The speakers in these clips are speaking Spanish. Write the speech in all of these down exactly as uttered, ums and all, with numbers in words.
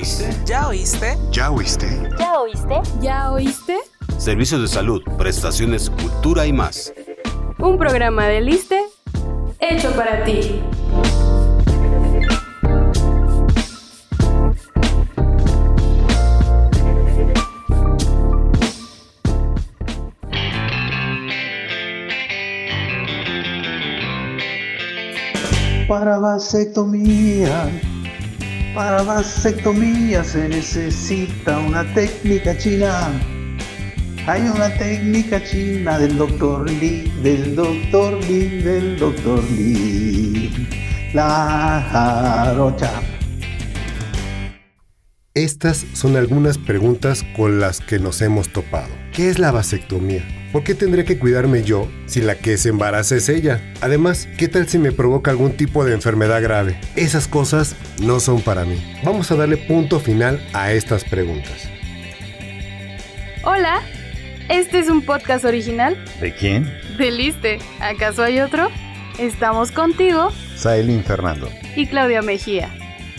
oíste? ¿Ya oíste? ¿Ya oíste? ¿Ya oíste? ¿Ya oíste? Servicios de salud, prestaciones, cultura y más. Un programa del ISSSTE hecho para ti. Para vasectomía, para vasectomía se necesita una técnica china. Hay una técnica china del doctor Lee, del doctor Lee, del doctor Lee. La jarocha. Estas son algunas preguntas con las que nos hemos topado. ¿Qué es la vasectomía? ¿Por qué tendré que cuidarme yo si la que se embaraza es ella? Además, ¿qué tal si me provoca algún tipo de enfermedad grave? Esas cosas no son para mí. Vamos a darle punto final a estas preguntas. Hola, este es un podcast original. ¿De quién? Del ISSSTE. ¿Acaso hay otro? Estamos contigo, Saelín Fernando y Claudia Mejía.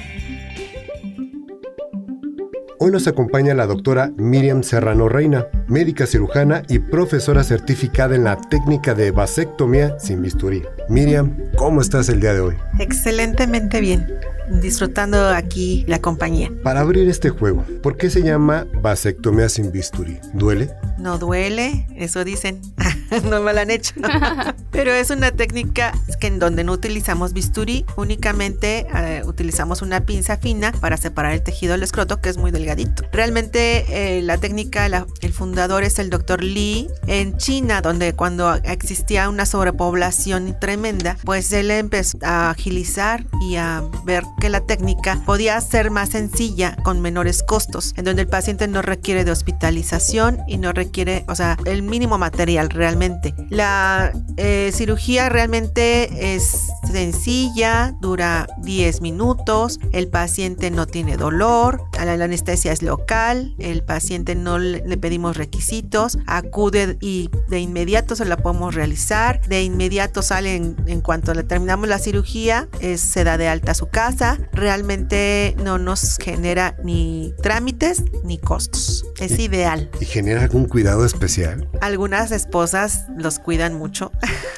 Hoy nos acompaña la doctora Miriam Serrano Reina, médica cirujana y profesora certificada en la técnica de vasectomía sin bisturí. Miriam, ¿cómo estás el día de hoy? Excelentemente bien, disfrutando aquí la compañía. Para abrir este juego, ¿por qué se llama vasectomía sin bisturí? ¿Duele? No duele, eso dicen. No me lo han hecho. Pero es una técnica que en donde no utilizamos bisturí, únicamente eh, utilizamos una pinza fina para separar el tejido del escroto, que es muy delgadito. Realmente eh, la técnica, la, el fundador es el doctor Lee en China, donde cuando existía una sobrepoblación tremenda, pues él empezó a agilizar y a ver que la técnica podía ser más sencilla con menores costos, en donde el paciente no requiere de hospitalización y no requiere, o sea, el mínimo material realmente. La eh, cirugía realmente es sencilla, dura diez minutos, el paciente no tiene dolor, la, la anestesia es local, el paciente no le, le pedimos requisitos, acude y de inmediato se la podemos realizar, de inmediato sale en, en cuanto le terminamos la cirugía, es, se da de alta a su casa, realmente no nos genera ni trámites ni costos, es ¿Y, ideal. ¿Y genera algún cuidado especial? Algunas esposas los cuidan mucho,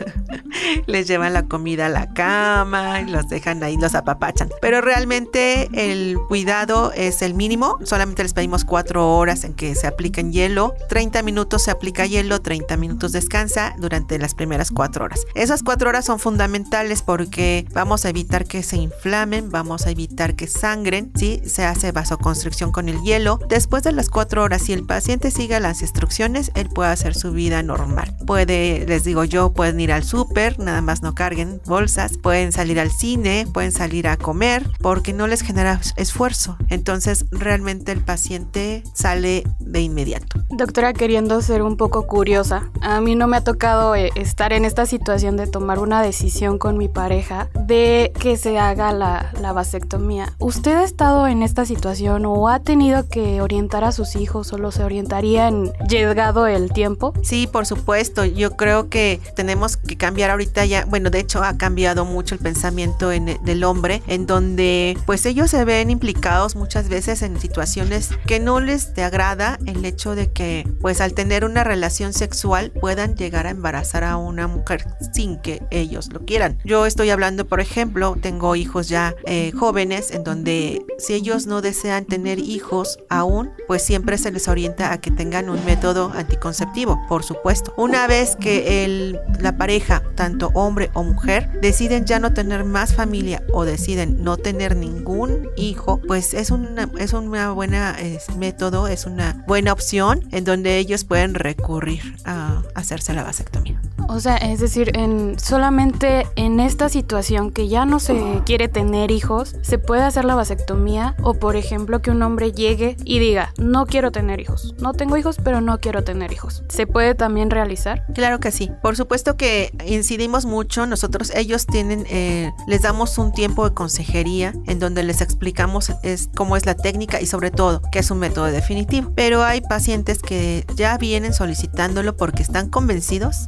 les llevan la comida a la cama y los dejan ahí, los apapachan, pero realmente el cuidado es el mínimo, solamente les pedimos cuatro horas en que se apliquen hielo, treinta minutos se aplica hielo, treinta minutos descansa durante las primeras cuatro horas. Esas cuatro horas son fundamentales porque vamos a evitar que se inflamen, vamos a evitar que sangren, ¿sí? Se hace vasoconstricción con el hielo. Después de las cuatro horas, si el paciente sigue las instrucciones, él puede hacer su vida normal. Puede, les digo yo, pueden ir al súper, nada más no carguen bolsas, pueden salir al cine, pueden salir a comer, porque no les genera esfuerzo. Entonces, realmente el paciente sale de inmediato. Doctora, queriendo ser un poco curiosa, a mí no me ha tocado eh, estar en esta situación de tomar una decisión con mi pareja de que se haga la, la vasectomía. ¿Usted ha estado en esta situación o ha tenido que orientar a sus hijos o los orientaría en llegado el tiempo? Sí, por supuesto. Yo creo que tenemos que cambiar ahorita ya, bueno, de hecho ha cambiado mucho el pensamiento en, del hombre, en donde pues ellos se ven implicados muchas veces en situaciones que no les te agrada el hecho de que pues al tener una relación sexual puedan llegar a embarazar a una mujer sin que ellos lo quieran. Yo estoy hablando, por ejemplo, tengo hijos ya eh, jóvenes en donde si ellos no desean tener hijos aún, pues siempre se les orienta a que tengan un método anticonceptivo, por supuesto. Una vez que el, la pareja, tanto hombre o mujer, deciden ya no tener más familia o deciden no tener ningún hijo, pues es una, es una buena eh, método, es una buena opción en donde ellos pueden recurrir a hacerse la vasectomía. O sea, es decir, en, solamente en esta situación que ya no se quiere tener hijos, se puede hacer la vasectomía, o por ejemplo que un hombre llegue y diga, no quiero tener hijos, no tengo hijos pero no quiero tener hijos. ¿Se puede también realizar? Claro que sí, por supuesto que incidimos mucho, nosotros, ellos tienen, eh, les damos un tiempo de consejería en donde les explicamos es, cómo es la técnica y sobre todo que es un método definitivo, pero hay pacientes que ya vienen solicitándolo porque están convencidos, creo que han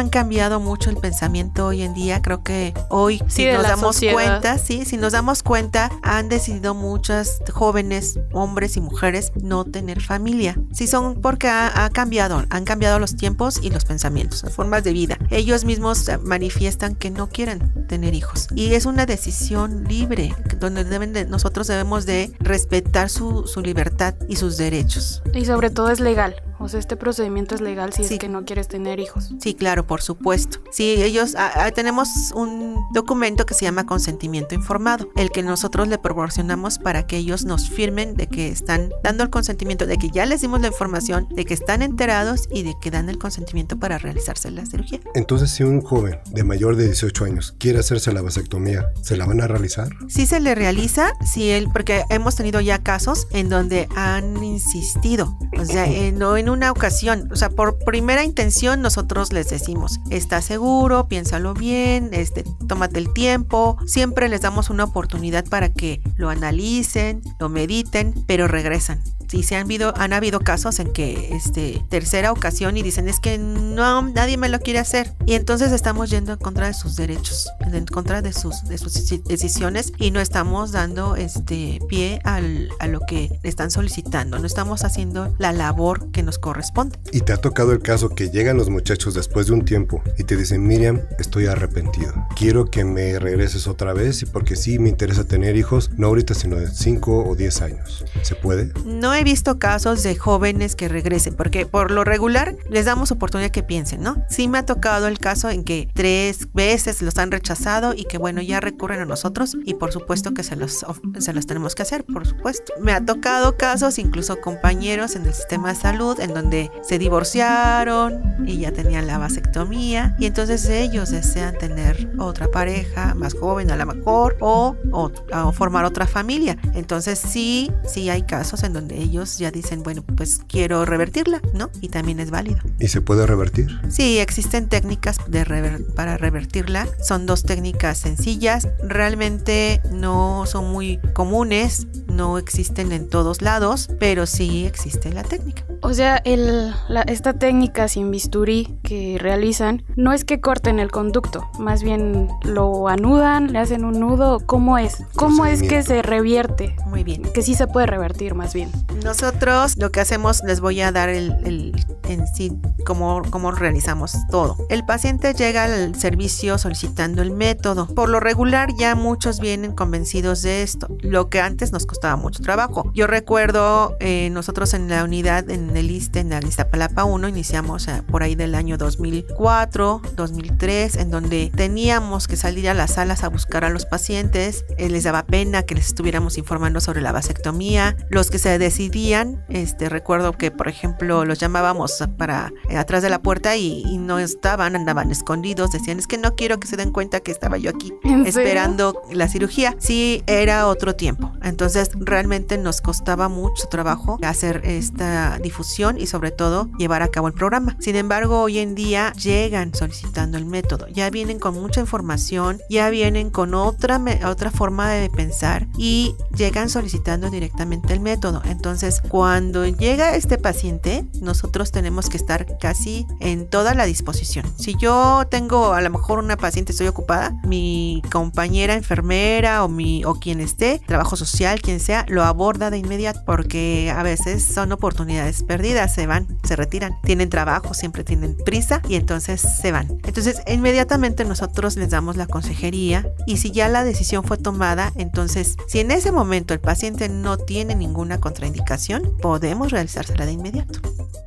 han cambiado mucho el pensamiento hoy en día. Creo que hoy, sí, si nos damos sociedad. cuenta, sí, si nos damos cuenta, han decidido muchas jóvenes, hombres y mujeres, no tener familia. Sí, son porque ha, ha cambiado, han cambiado los tiempos y los pensamientos, las formas de vida. Ellos mismos manifiestan que no quieren tener hijos. Y es una decisión libre, donde deben de, nosotros debemos de respetar su, su libertad y sus derechos. Y sobre todo es legal. O sea, este procedimiento es legal si Sí. es que no quieres tener hijos. Sí, claro, por supuesto. Sí, ellos, a, a, tenemos un documento que se llama consentimiento informado, el que nosotros le proporcionamos para que ellos nos firmen de que están dando el consentimiento, de que ya les dimos la información, de que están enterados y de que dan el consentimiento para realizarse la cirugía. Entonces, si un joven de mayor de dieciocho años quiere hacerse la vasectomía, ¿se la van a realizar? Sí se le realiza, sí, él, porque hemos tenido ya casos en donde han insistido, o sea, en, no en una ocasión, o sea, por primera intención nosotros les decimos, ¿estás seguro? Piénsalo bien, este, tómate el tiempo, siempre les damos una oportunidad para que lo analicen, lo mediten, pero regresan. Sí, se han habido, han habido casos en que, este, tercera ocasión y dicen, es que no, nadie me lo quiere hacer. Y entonces estamos yendo en contra de sus derechos, en contra de sus, de sus decisiones y no estamos dando, este, pie al, a lo que le están solicitando. No estamos haciendo la labor que nos corresponde. ¿Y te ha tocado el caso que llegan los muchachos después de un tiempo y te dicen, Miriam, estoy arrepentido, quiero que me regreses otra vez y porque sí me interesa tener hijos, no ahorita sino de cinco o diez años? ¿Se puede? No he visto casos de jóvenes que regresen, porque por lo regular les damos oportunidad que piensen, ¿no? Sí me ha tocado el caso en que tres veces los han rechazado y que bueno, ya recurren a nosotros y por supuesto que se los, se los tenemos que hacer, por supuesto. Me ha tocado casos, incluso compañeros en el sistema de salud, en donde se divorciaron y ya tenían la vasectomía y entonces ellos desean tener otra pareja más joven a lo mejor o, o, o formar otra familia. Entonces sí, sí hay casos en donde ellos ya dicen, bueno, pues quiero revertirla, ¿no? Y también es válido. ¿Y se puede revertir? Sí, existen técnicas de rever- para revertirla. Son dos técnicas sencillas. Realmente no son muy comunes, no existen en todos lados, pero sí existe la técnica. O sea, el, la, esta técnica sin bisturí que realizan no es que corten el conducto, más bien lo anudan, le hacen un nudo. ¿Cómo es? ¿Cómo es que se revierte? Muy bien. Que sí se puede revertir, más bien. Nosotros lo que hacemos, les voy a dar el, el en sí cómo, cómo realizamos todo. El paciente llega al servicio solicitando el método. Por lo regular ya muchos vienen convencidos de esto, lo que antes nos costaba mucho trabajo. Yo recuerdo eh, nosotros en la unidad, en el ISSSTE, en la Iztapalapa uno, iniciamos eh, por ahí del año dos mil cuatro, dos mil tres, en donde teníamos que salir a las salas a buscar a los pacientes, eh, les daba pena que les estuviéramos informando sobre la vasectomía. Los que se decidían, este, recuerdo que por ejemplo los llamábamos para eh, atrás de la puerta y, y no estaban, andaban escondidos, decían, es que no quiero que se den cuenta que estaba yo aquí esperando la cirugía. Sí, era otro tiempo. Entonces realmente nos costaba mucho trabajo hacer esta difusión y sobre todo llevar a cabo el programa. Sin embargo, hoy en día llegan solicitando el método, ya vienen con mucha información, ya vienen con otra, otra forma de pensar y llegan solicitando directamente el método. Entonces, cuando llega este paciente, nosotros tenemos que estar casi en toda la disposición. Si yo tengo a lo mejor una paciente, estoy ocupada, mi compañera enfermera o mi o quien esté, trabajo social, quien sea, lo aborda de inmediato, porque a veces son oportunidades perdidas, se van, se retiran, tienen trabajo, siempre tienen prisa y entonces se van. Entonces, inmediatamente nosotros les damos la consejería y si ya la decisión fue tomada, entonces, si en ese momento el paciente no tiene ninguna contraindicación, podemos realizársela de inmediato.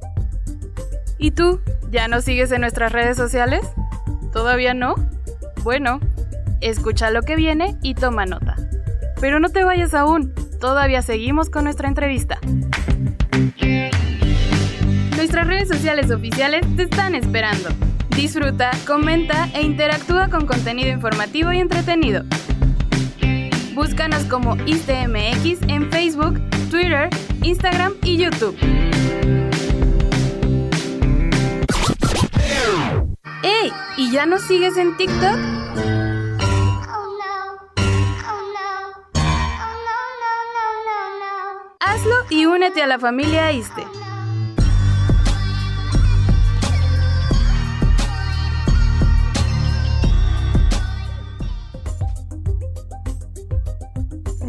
¿Y tú? ¿Ya nos sigues en nuestras redes sociales? ¿Todavía no? Bueno, escucha lo que viene y toma nota. Pero no te vayas aún, todavía seguimos con nuestra entrevista. Nuestras redes sociales oficiales te están esperando. Disfruta, comenta e interactúa con contenido informativo y entretenido. Búscanos como ISSSTEMX en Facebook, Twitter, Instagram y YouTube. ¡Ey! ¿Y ya nos sigues en TikTok? Hazlo y únete a la familia ISSSTE.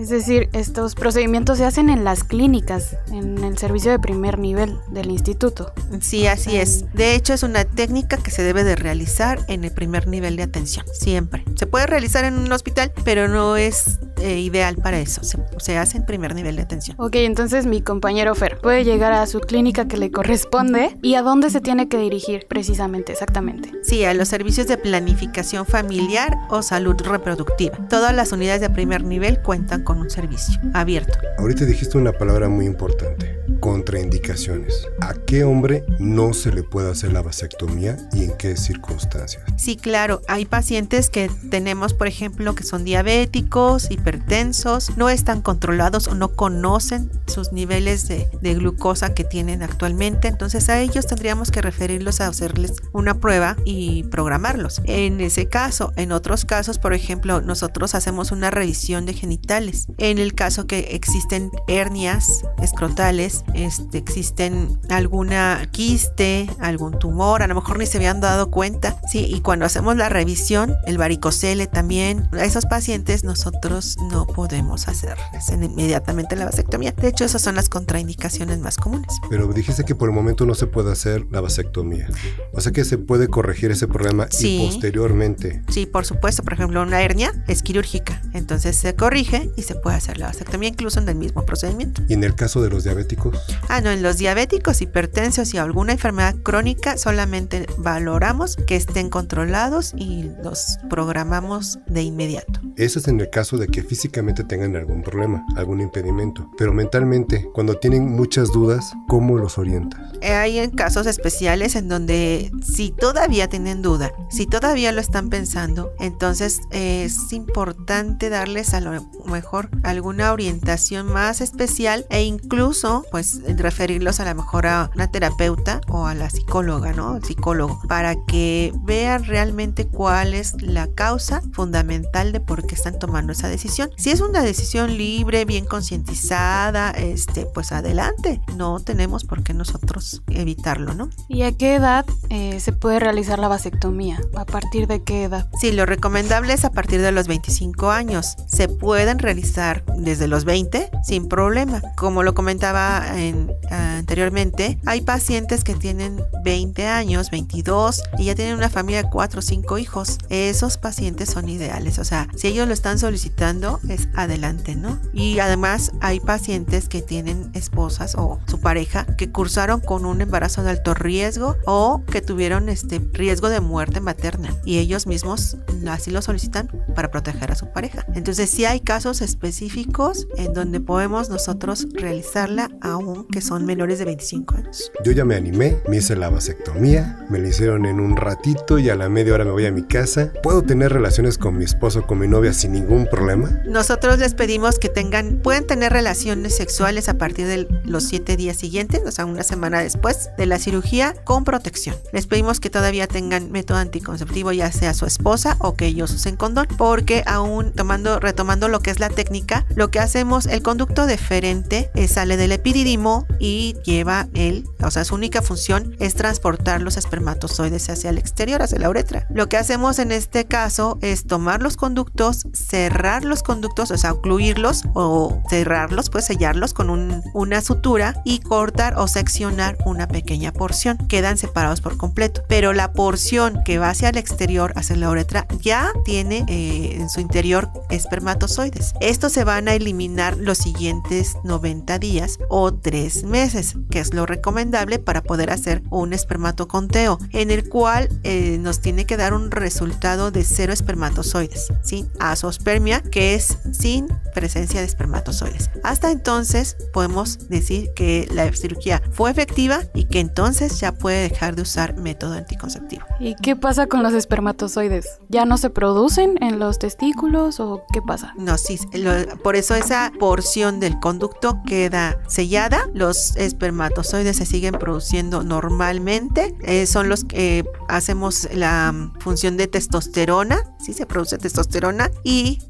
decir, estos procedimientos se hacen en las clínicas, en el servicio de primer nivel del instituto. Sí, así es. De hecho, es una técnica que se debe de realizar en el primer nivel de atención, siempre. Se puede realizar en un hospital, pero no es eh, ideal para eso. Se, se hace en primer nivel de atención. Ok, entonces mi compañero Fer puede llegar a su clínica que le corresponde. ¿Y a dónde se tiene que dirigir precisamente, exactamente? Sí, a los servicios de planificación familiar o salud reproductiva. Todas las unidades de primer nivel cuentan con un servicio abierto. Ahorita dijiste una palabra muy importante, contraindicaciones. ¿A qué hombre no se le puede hacer la vasectomía y en qué circunstancias? Sí, claro, hay pacientes que tenemos, por ejemplo, que son diabéticos, hipertensos, no están controlados o no conocen sus niveles de, de glucosa que tienen actualmente, entonces a ellos tendríamos que referirlos a hacerles una prueba y programarlos. En ese caso, en otros casos, por ejemplo, nosotros hacemos una revisión de genitales. En el caso que existen hernias escrotales, este, existen alguna quiste, algún tumor, a lo mejor ni se habían dado cuenta, sí, y cuando hacemos la revisión, el varicocele también, a esos pacientes nosotros no podemos hacerles inmediatamente la vasectomía. De hecho, esas son las contraindicaciones más comunes. Pero dijiste que por el momento no se puede hacer la vasectomía. O sea que se puede corregir ese problema sí, y posteriormente. Sí, por supuesto. Por ejemplo, una hernia es quirúrgica. Entonces se corrige y se puede hacer la vasectomía incluso en el mismo procedimiento. ¿Y en el caso de los diabéticos? Ah, no, en los diabéticos, hipertensos y alguna enfermedad crónica solamente valoramos que estén controlados y los programamos de inmediato. Eso es en el caso de que físicamente tengan algún problema, algún impedimento. Pero mentalmente, cuando tienen muchas dudas, ¿cómo los orientas? Hay en casos especiales en donde si todavía tienen duda, si todavía lo están pensando, entonces eh, es importante darles a lo mejor alguna orientación más especial e incluso pues referirlos a lo mejor a una terapeuta o a la psicóloga, ¿no? El psicólogo, para que vean realmente cuál es la causa fundamental de por qué están tomando esa decisión. Si es una decisión libre, bien concientizada, este, pues adelante, no tenemos por qué nosotros evitarlo, ¿no? ¿Y a qué edad eh, se puede realizar la vasectomía? ¿A partir de qué edad? Sí, lo recomendable es a partir de los veinticinco años. Se pueden realizar desde los veinte sin problema. Como lo comentaba en, uh, anteriormente, hay pacientes que tienen veinte años, veintidós y ya tienen una familia de cuatro o cinco hijos. Esos pacientes son ideales. O sea, si ellos lo están solicitando, es adelante, ¿no? Y además hay pacientes que tienen esposas o su pareja que cursaron con un embarazo de alto riesgo o que tuvieron este riesgo de muerte materna y ellos mismos así lo solicitan para proteger a su pareja. Entonces sí hay casos específicos en donde podemos nosotros realizarla aunque son menores de veinticinco años. Yo ya me animé, me hice la vasectomía, me la hicieron en un ratito y a la media hora me voy a mi casa. ¿Puedo tener relaciones con mi esposo o con mi novia sin ningún problema? Nosotros les pedimos que tengan, pueden tener relaciones sexuales a partir de los siete días siguientes, o sea, una semana después de la cirugía, con protección. Les pedimos que todavía tengan método anticonceptivo, ya sea su esposa o que ellos usen condón, porque aún tomando, retomando lo que es la técnica, lo que hacemos, el conducto deferente eh, sale del epididimo y lleva el, o sea, su única función es transportar los espermatozoides hacia el exterior, hacia la uretra. Lo que hacemos en este caso es tomar los conductos, cerrar los conductos, o sea, ocluirlos o cerrarlos, pues sellarlos con un, una sutura y cortar o seccionar una pequeña porción. Quedan separados por completo, pero la porción que va hacia el exterior, hacia la uretra, ya tiene eh, en su interior espermatozoides. Estos se van a eliminar los siguientes noventa días o tres meses, que es lo recomendable para poder hacer un espermatoconteo, en el cual eh, nos tiene que dar un resultado de cero espermatozoides, ¿sí? Azoospermia, que es sin presencia de espermatozoides. Hasta entonces podemos decir que la cirugía fue efectiva y que entonces ya puede dejar de usar método anticonceptivo. ¿Y qué pasa con los espermatozoides? ¿Ya no se producen en los testículos o qué pasa? No, sí, lo, por eso esa porción del conducto queda sellada. Los espermatozoides se siguen produciendo normalmente. Eh, son los que eh, hacemos la función de testosterona, sí, se produce testosterona y continúa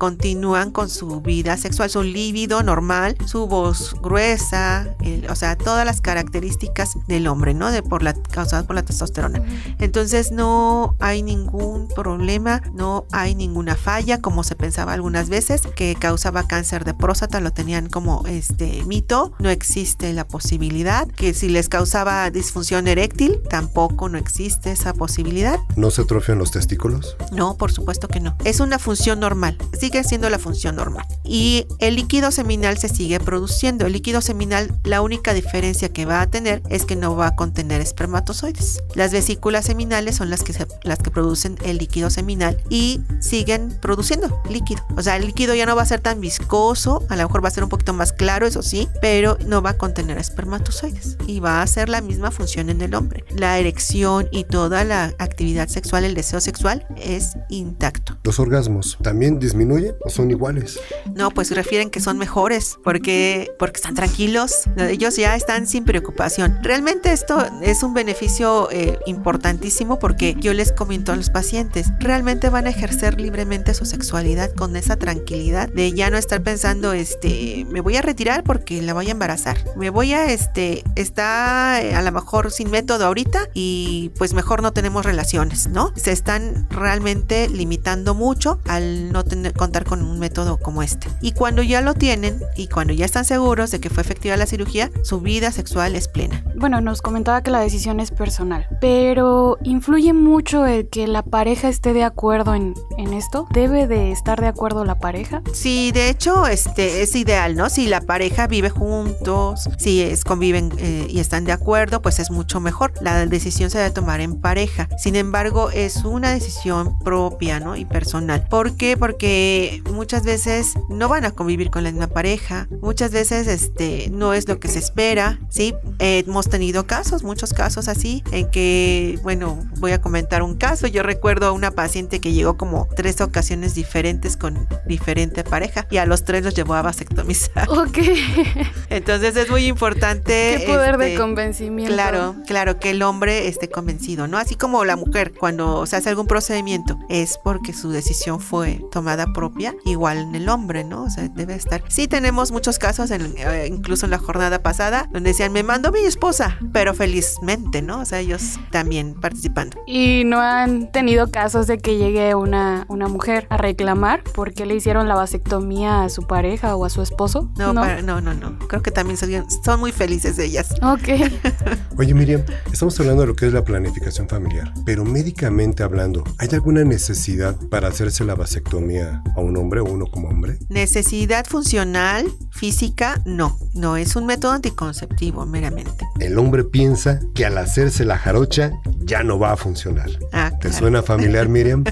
continúan con su vida sexual, su líbido normal, su voz gruesa, el, o sea, todas las características del hombre, ¿no? De por la causadas por la testosterona. Entonces no hay ningún problema, no hay ninguna falla, como se pensaba algunas veces, que causaba cáncer de próstata, lo tenían como este mito. No existe la posibilidad. Que si les causaba disfunción eréctil, tampoco no existe esa posibilidad. ¿No se atrofian los testículos? No, por supuesto que no. Es una función normal, sigue siendo la función normal. Y el líquido seminal se sigue produciendo. El líquido seminal, la única diferencia que va a tener es que no va a contener espermatozoides. Las vesículas seminales son las que, se, las que producen el líquido seminal y siguen produciendo líquido. O sea, el líquido ya no va a ser tan viscoso, a lo mejor va a ser un poquito más claro, eso sí, pero no va a contener espermatozoides y va a hacer la misma función en el hombre. La erección y toda la actividad sexual, el deseo sexual es intacto. ¿Los orgasmos también disminuyen o son iguales? No, pues refieren que son mejores porque, porque están tranquilos, ellos ya están sin preocupación. Realmente esto es un beneficio eh, importantísimo porque yo les comento a los pacientes, realmente van a ejercer libremente su sexualidad con esa tranquilidad de ya no estar pensando, este, me voy a retirar porque la voy a embarazar, me voy a, este, está eh, a lo mejor sin método ahorita y pues mejor no tenemos relaciones, ¿no? Se están realmente limitando mucho al no tener, contar con un método como este. Y cuando ya lo tienen y cuando ya están seguros de que fue efectiva la cirugía, su vida sexual es plena. Bueno, nos comentaba que la decisión es personal, pero ¿influye mucho el que la pareja esté de acuerdo en, en esto? ¿Debe de estar de acuerdo la pareja? Sí, de hecho, este es ideal, ¿no? Si la pareja vive juntos, si es, conviven eh, y están de acuerdo, pues es mucho mejor. La decisión se debe tomar en pareja. Sin embargo, es una decisión propia, ¿no? Y personal. ¿Por qué? Porque muchas veces no van a convivir con la misma pareja. Muchas veces este, no es lo que se espera, ¿sí? Eh, hemos tenido casos, muchos casos así, en que, bueno, voy a comentar un caso. Yo recuerdo a una paciente que llegó como tres ocasiones diferentes con diferente pareja y a los tres los llevó a vasectomizar. Ok. Entonces es muy importante. Qué poder este, de convencimiento. Claro, claro, que el hombre esté convencido, ¿no? Así como la mujer, cuando se hace algún procedimiento, es porque su decisión fue tomada propia, igual en el hombre, ¿no? O sea, debe estar. Sí tenemos muchos casos, en, eh, incluso en la jornada pasada, donde decían, me mandó mi esposa, pero felizmente, ¿no? O sea, ellos también participando. ¿Y no han tenido casos de que llegue una, una mujer a reclamar porque le hicieron la vasectomía a su pareja o a su esposo? No, no, para, no, no, no. Creo que también son, son muy felices ellas. Ok. Oye, Miriam, estamos hablando de lo que es la planificación familiar, pero médicamente hablando, ¿hay alguna necesidad para hacerse la vasectomía a un hombre o uno como hombre? Necesidad funcional, física, no. No es un método anticonceptivo, meramente. El hombre piensa que al hacerse la jarocha ya no va a funcionar. Ah, ¿Te claro. suena familiar, Miriam?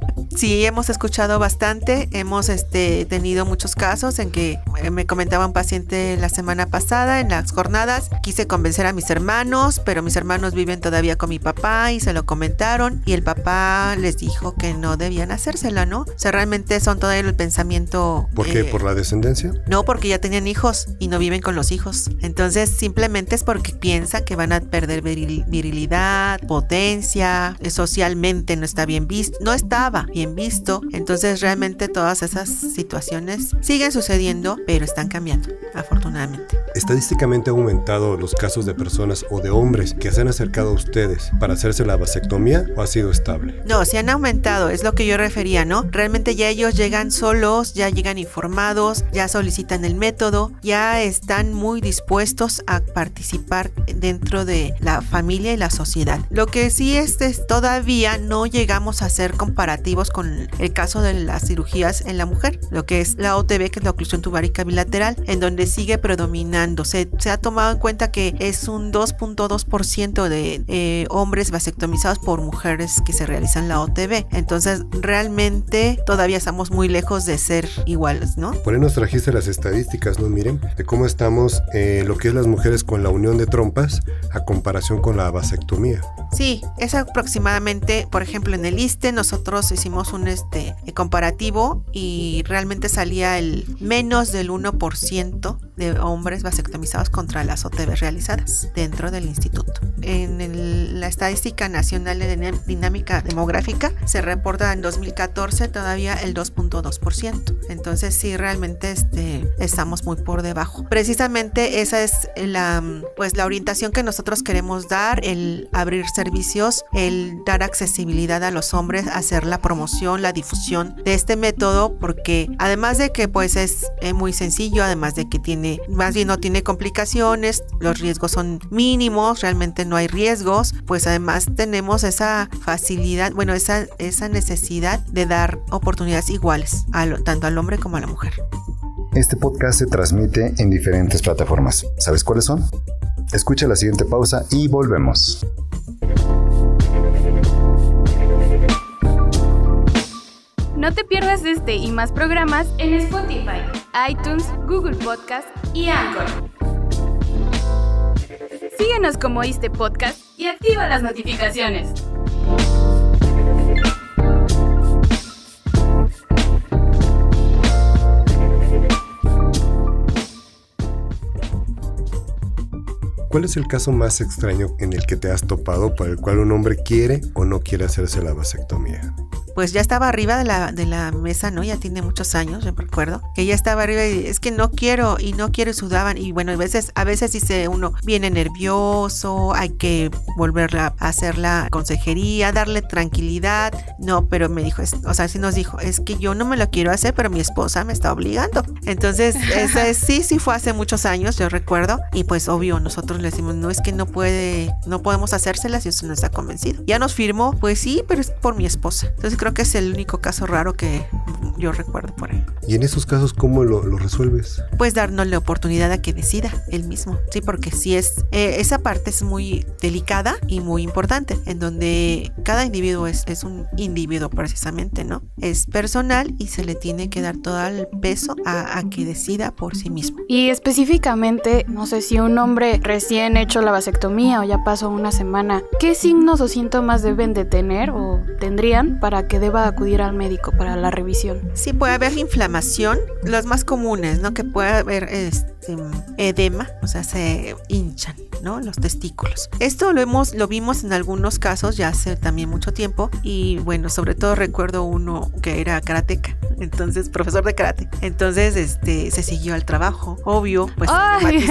Sí, hemos escuchado bastante, hemos este, tenido muchos casos en que eh, me comentaba un paciente la semana pasada en las jornadas, quise convencer a mis hermanos, pero mis hermanos viven todavía con mi papá y se lo comentaron y el papá les dijo que no debían hacérsela, ¿no? O sea, realmente son todo el pensamiento... ¿Por qué? Eh, ¿Por la descendencia? No, porque ya tenían hijos y no viven con los hijos. Entonces simplemente es porque piensan que van a perder viril- virilidad, potencia, eh, socialmente no está bien visto, no estaba bien visto. Entonces realmente todas esas situaciones siguen sucediendo, pero están cambiando, afortunadamente. ¿Estadísticamente ha aumentado los casos de personas o de hombres que se han acercado a ustedes para hacerse la vasectomía o ha sido estable? No, sí han aumentado, es lo que yo refería, ¿no? Realmente ya ellos llegan solos, ya llegan informados, ya solicitan el método, ya están muy dispuestos a participar dentro de la familia y la sociedad. Lo que sí es, es todavía no llegamos a hacer comparativos con el caso de las cirugías en la mujer, lo que es la O T B, que es la oclusión tubárica bilateral, en donde sigue predominando. Se, se ha tomado en cuenta que es un dos punto dos por ciento de eh, hombres vasectomizados por mujeres que se realizan la O T B. Entonces, realmente todavía estamos muy lejos de ser iguales, ¿no? Por ahí nos trajiste las estadísticas, ¿no, Miren? De cómo estamos, eh, lo que es las mujeres con la unión de trompas a comparación con la vasectomía. Sí, es aproximadamente, por ejemplo, en el ISSSTE nosotros hicimos hicimos un este comparativo y realmente salía el menos del uno por ciento de hombres vasectomizados contra las O T V realizadas dentro del instituto. En el, la estadística nacional de dinámica demográfica se reporta en dos mil catorce todavía el dos punto dos por ciento. Entonces sí, realmente este, estamos muy por debajo. Precisamente esa es la, pues, la orientación que nosotros queremos dar, el abrir servicios, el dar accesibilidad a los hombres, hacer la promoción, la difusión de este método, porque además de que pues es eh, muy sencillo, además de que tiene, más bien no tiene complicaciones, los riesgos son mínimos, realmente no hay riesgos, pues además tenemos esa facilidad, bueno, esa, esa necesidad de dar oportunidades iguales, a lo, tanto al hombre como a la mujer. Este podcast se transmite en diferentes plataformas. ¿Sabes cuáles son? Escucha la siguiente pausa y volvemos. No te pierdas este y más programas en Spotify, iTunes, Google Podcast y Anchor. Síguenos como Iste Podcast y activa las notificaciones. ¿Cuál es el caso más extraño en el que te has topado por el cual un hombre quiere o no quiere hacerse la vasectomía? Pues ya estaba arriba de la, de la mesa, ¿no? Ya tiene muchos años, yo me recuerdo, que ya estaba arriba y es que no quiero, y no quiero, y sudaban, y bueno, a veces, a veces dice uno, viene nervioso, hay que volverla a hacer la consejería, darle tranquilidad, no, pero me dijo, es, o sea, sí nos dijo, es que yo no me lo quiero hacer, pero mi esposa me está obligando. Entonces, ese, sí, sí fue hace muchos años, yo recuerdo, y pues obvio, nosotros le decimos, no, es que no puede, no podemos hacérselas y eso no está convencido. Ya nos firmó, pues sí, pero es por mi esposa. Entonces creo que es el único caso raro que yo recuerdo por ahí. ¿Y en esos casos cómo lo, lo resuelves? Pues darnos la oportunidad a que decida él mismo, sí, porque sí es, eh, esa parte es muy delicada y muy importante, en donde cada individuo es, es un individuo precisamente, ¿no? Es personal y se le tiene que dar todo el peso a, a que decida por sí mismo. Y específicamente, no sé si un hombre recién hecho la vasectomía o ya pasó una semana, ¿qué signos o síntomas deben de tener o tendrían para que deba acudir al médico para la revisión? Sí, puede haber inflamación, los más comunes, ¿no? Que puede haber este, edema, o sea, se hinchan, ¿no? Los testículos. Esto lo hemos, lo vimos en algunos casos ya hace también mucho tiempo y bueno, sobre todo recuerdo uno que era karateca, entonces profesor de karate, entonces este se siguió al trabajo, obvio, pues ¡ay!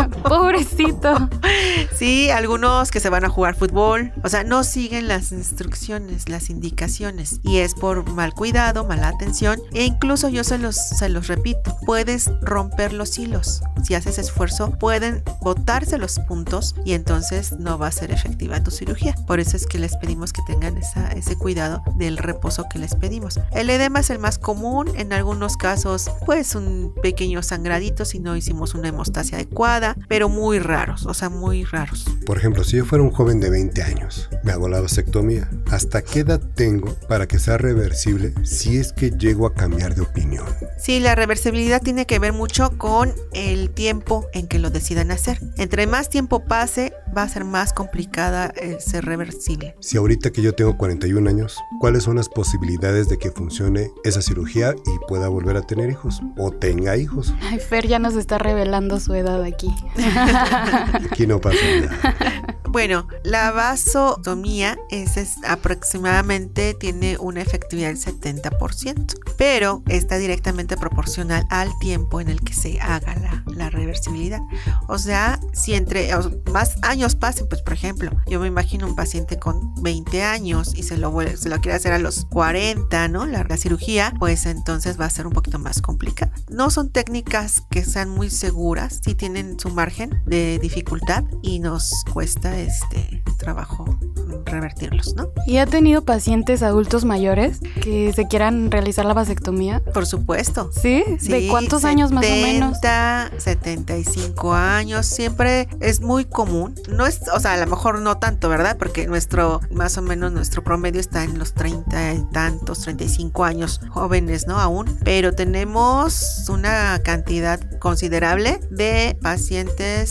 Pobrecito. Sí, algunos que se van a jugar fútbol, o sea, no siguen las instrucciones, las indicaciones y es por mal cuidado, mala atención e incluso yo se los, se los repito, puedes romper los hilos, si haces esfuerzo pueden botarse los puntos y entonces no va a ser efectiva tu cirugía, por eso es que les pedimos que tengan esa, ese cuidado del reposo que les pedimos. El edema es el más común, en algunos casos pues un pequeño sangradito si no hicimos una hemostasia adecuada, pero muy raros, o sea muy raros. Por ejemplo, si yo fuera un joven de veinte años, me hago la vasectomía, ¿hasta qué edad tengo para que sea reversible si es que llego a cambiar de opinión? Sí, la reversibilidad tiene que ver mucho con el tiempo en que lo decidan hacer. Entre más tiempo pase, va a ser más complicada el ser reversible. Si ahorita que yo tengo cuarenta y un años, ¿cuáles son las posibilidades de que funcione esa cirugía y pueda volver a tener hijos? O tenga hijos. Ay, Fer ya nos está revelando su edad aquí. Aquí no pasa nada. Bueno, la vasectomía es, es aproximadamente tiene una efectividad del setenta por ciento, pero está directamente proporcional al tiempo en el que se haga la, la reversibilidad. O sea, si entre o más años pasen, pues por ejemplo, yo me imagino un paciente con veinte años y se lo, se lo quiere hacer a los cuarenta, ¿no? La, la cirugía, pues entonces va a ser un poquito más complicada. No son técnicas que sean muy seguras, sí tienen su margen de dificultad y nos cuesta este trabajo revertirlos, ¿no? ¿Y ha tenido pacientes adultos mayores que se quieran realizar la vasectomía? Por supuesto. ¿Sí? ¿Sí? ¿De cuántos setenta, años más o menos? setenta y cinco años, siempre es muy común. No es, o sea, a lo mejor no tanto, ¿verdad? Porque nuestro, más o menos nuestro promedio está en los treinta y tantos, treinta y cinco años, jóvenes, ¿no? Aún, pero tenemos una cantidad considerable de pacientes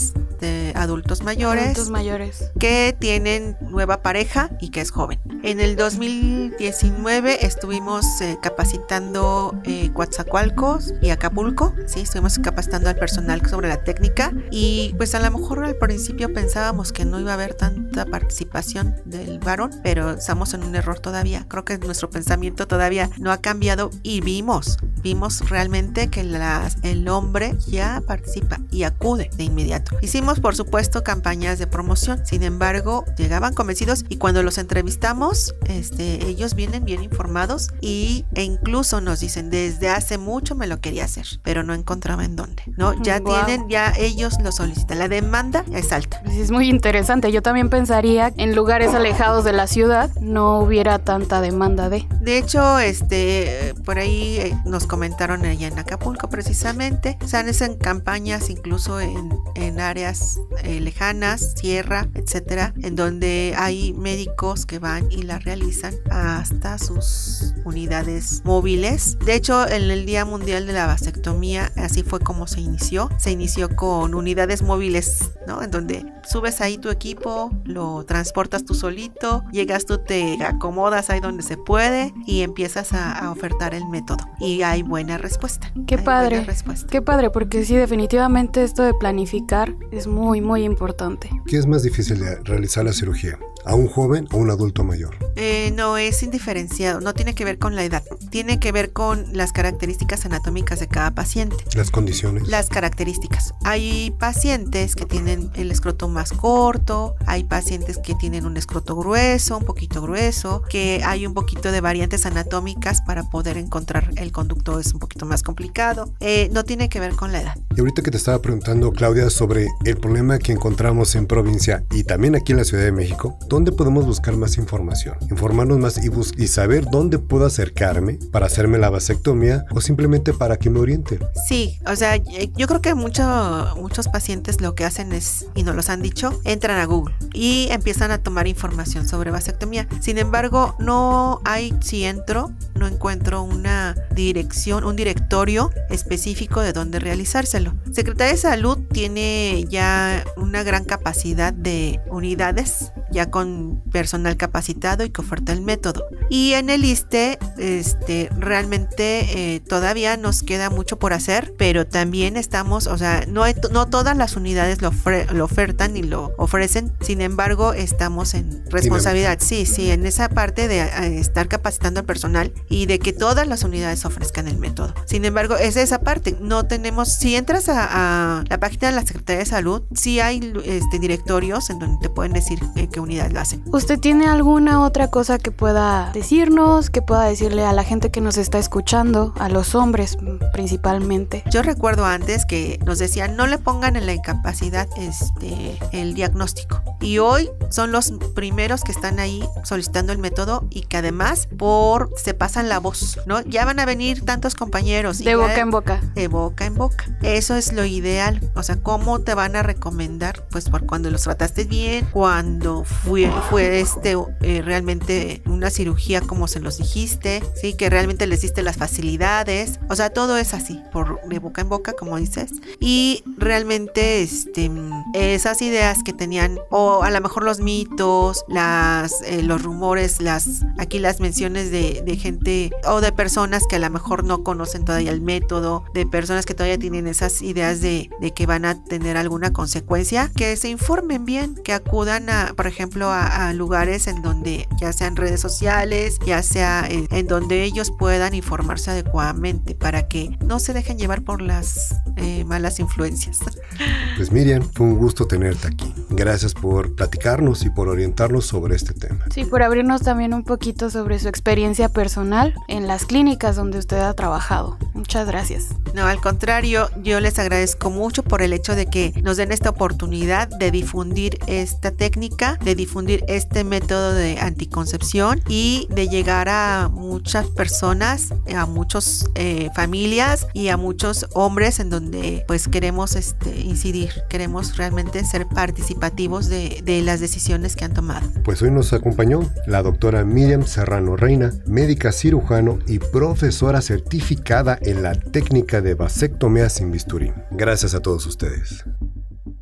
de adultos mayores, Adultos mayores. que tienen nueva pareja y que es joven. En el dos mil diecinueve estuvimos eh, capacitando eh, Coatzacoalcos y Acapulco, sí, estuvimos capacitando al personal sobre la técnica y pues a lo mejor al principio pensábamos que no iba a haber tanta participación del varón, pero estamos en un error todavía. Creo que nuestro pensamiento todavía no ha cambiado y vimos, vimos realmente que la, el hombre ya participa y acude de inmediato. Hicimos por supuesto campañas de promoción, sin embargo llegaban convencidos y cuando los entrevistamos este, ellos vienen bien informados y, e incluso nos dicen desde hace mucho me lo quería hacer pero no encontraba en dónde, ¿no? Ya wow. tienen, ya ellos lo solicitan, la demanda es alta. Es muy interesante, yo también pensaría en lugares alejados de la ciudad no hubiera tanta demanda de. De hecho, este, por ahí eh, nos comentaron allá en Acapulco precisamente, o sea, hacen campañas incluso en, en áreas eh, lejanas, sierra, etcétera, en donde hay médicos que van y la realizan hasta sus unidades móviles. De hecho, en el Día Mundial de la Vasectomía, así fue como se inició. Se inició con unidades móviles, ¿no? En donde subes ahí tu equipo, lo transportas tú solito, llegas tú, te acomodas ahí donde se puede y empiezas a, a ofertar el método. Y hay buena respuesta. Qué hay padre, buena respuesta. Qué padre, porque sí, definitivamente esto de planificar es muy, muy importante. ¿Qué es más difícil de realizar la cirugía? ¿A un joven o un adulto mayor? Eh, no, es indiferenciado, no tiene que ver con la edad, tiene que ver con las características anatómicas de cada paciente. ¿Las condiciones? Las características. Hay pacientes que tienen el escroto más corto, hay pacientes que tienen un escroto grueso, un poquito grueso, que hay un poquito de variantes anatómicas para poder encontrar el conducto es un poquito más complicado. Eh, no tiene que ver con la edad. Y ahorita que te estaba preguntando, Claudia, sobre el problema que encontramos en provincia y también aquí en la Ciudad de México, ¿dónde podemos buscar más información? Informarnos más y, bus- y saber dónde puedo acercarme para hacerme la vasectomía o simplemente para que me orienten. Sí, o sea, yo creo que mucho, muchos pacientes lo que hacen es, y nos los han dicho, entran a Google y empiezan a tomar información sobre vasectomía. Sin embargo, no hay, si entro, no encuentro una dirección, un directorio específico de dónde realizárselo. Secretaría de Salud tiene ya una gran capacidad de unidades, ya con personal capacitado y que oferta el método. Y en el ISSSTE, este, realmente eh, todavía nos queda mucho por hacer, pero también estamos, o sea, no, hay, no todas las unidades lo, ofre, lo ofertan y lo ofrecen, sin embargo, estamos en responsabilidad, sí, sí, en esa parte de eh, estar capacitando al personal y de que todas las unidades ofrezcan el método. Sin embargo, es esa parte, no tenemos, si entras a, a la página de la Secretaría de Salud, sí hay este, directorios en donde te pueden decir eh, qué unidad lo hacen. ¿Usted tiene alguna otra cosa que pueda decirnos, que pueda decirle a la gente que nos está escuchando, a los hombres principalmente? Yo recuerdo antes que nos decían no le pongan en la incapacidad este, el diagnóstico, y hoy son los primeros que están ahí solicitando el método y que además por se pasan la voz, ¿no? Ya van a venir tantos compañeros. De y boca ya, en boca. De boca en boca. Eso es lo ideal. O sea, ¿cómo te van a recomendar? Pues por cuando los trataste bien, cuando fue, fue este eh, realmente una cirugía como se los dijiste, sí, que realmente les diste las facilidades. O sea, todo es así, por de boca en boca, como dices. Y realmente este, esas ideas que tenían, o a lo mejor los mitos, las, eh, los rumores, las aquí las menciones de, de gente o de personas que a lo mejor no conocen todavía el método, de personas que todavía tienen esas ideas de, de que van a tener alguna consecuencia, que se informen bien, que acudan a, por ejemplo, a, a lugares en donde ya sean redes sociales, ya sea en, en donde ellos puedan informarse adecuadamente para que no se dejen llevar por las eh, malas influencias. Pues Miriam, fue un gusto tenerte aquí. Gracias por platicarnos y por orientarnos sobre este tema. Sí, por abrirnos también un poquito sobre su experiencia personal en las clínicas donde usted ha trabajado. Muchas gracias. No, al contrario, yo les agradezco mucho por el hecho de que nos den esta oportunidad de difundir esta técnica, de difundir este método de anticoncepción y de llegar a muchas personas, a muchas eh, familias y a muchos hombres en donde pues queremos este, incidir, queremos realmente ser participativos de, de las decisiones que han tomado. Pues hoy nos acompañó la doctora Miriam Serrano Reina, médica cirujano y profesora certificada en la técnica de vasectomía sin bisturí. Gracias a todos ustedes.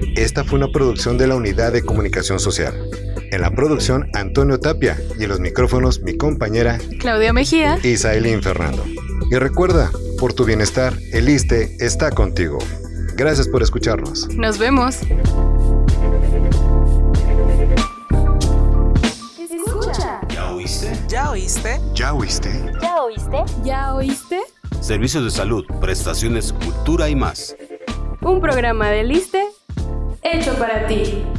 Esta fue una producción de la Unidad de Comunicación Social. En la producción, Antonio Tapia, y en los micrófonos, mi compañera Claudia Mejía y Sailín Fernando. Y recuerda, por tu bienestar, el ISSSTE está contigo. Gracias por escucharnos. Nos vemos. Escucha. ¿Ya oíste? ¿Ya oíste? ¿Ya oíste? ¿Ya oíste? ¿Ya oíste? Servicios de salud, prestaciones, cultura y más. Un programa del ISSSTE hecho para ti.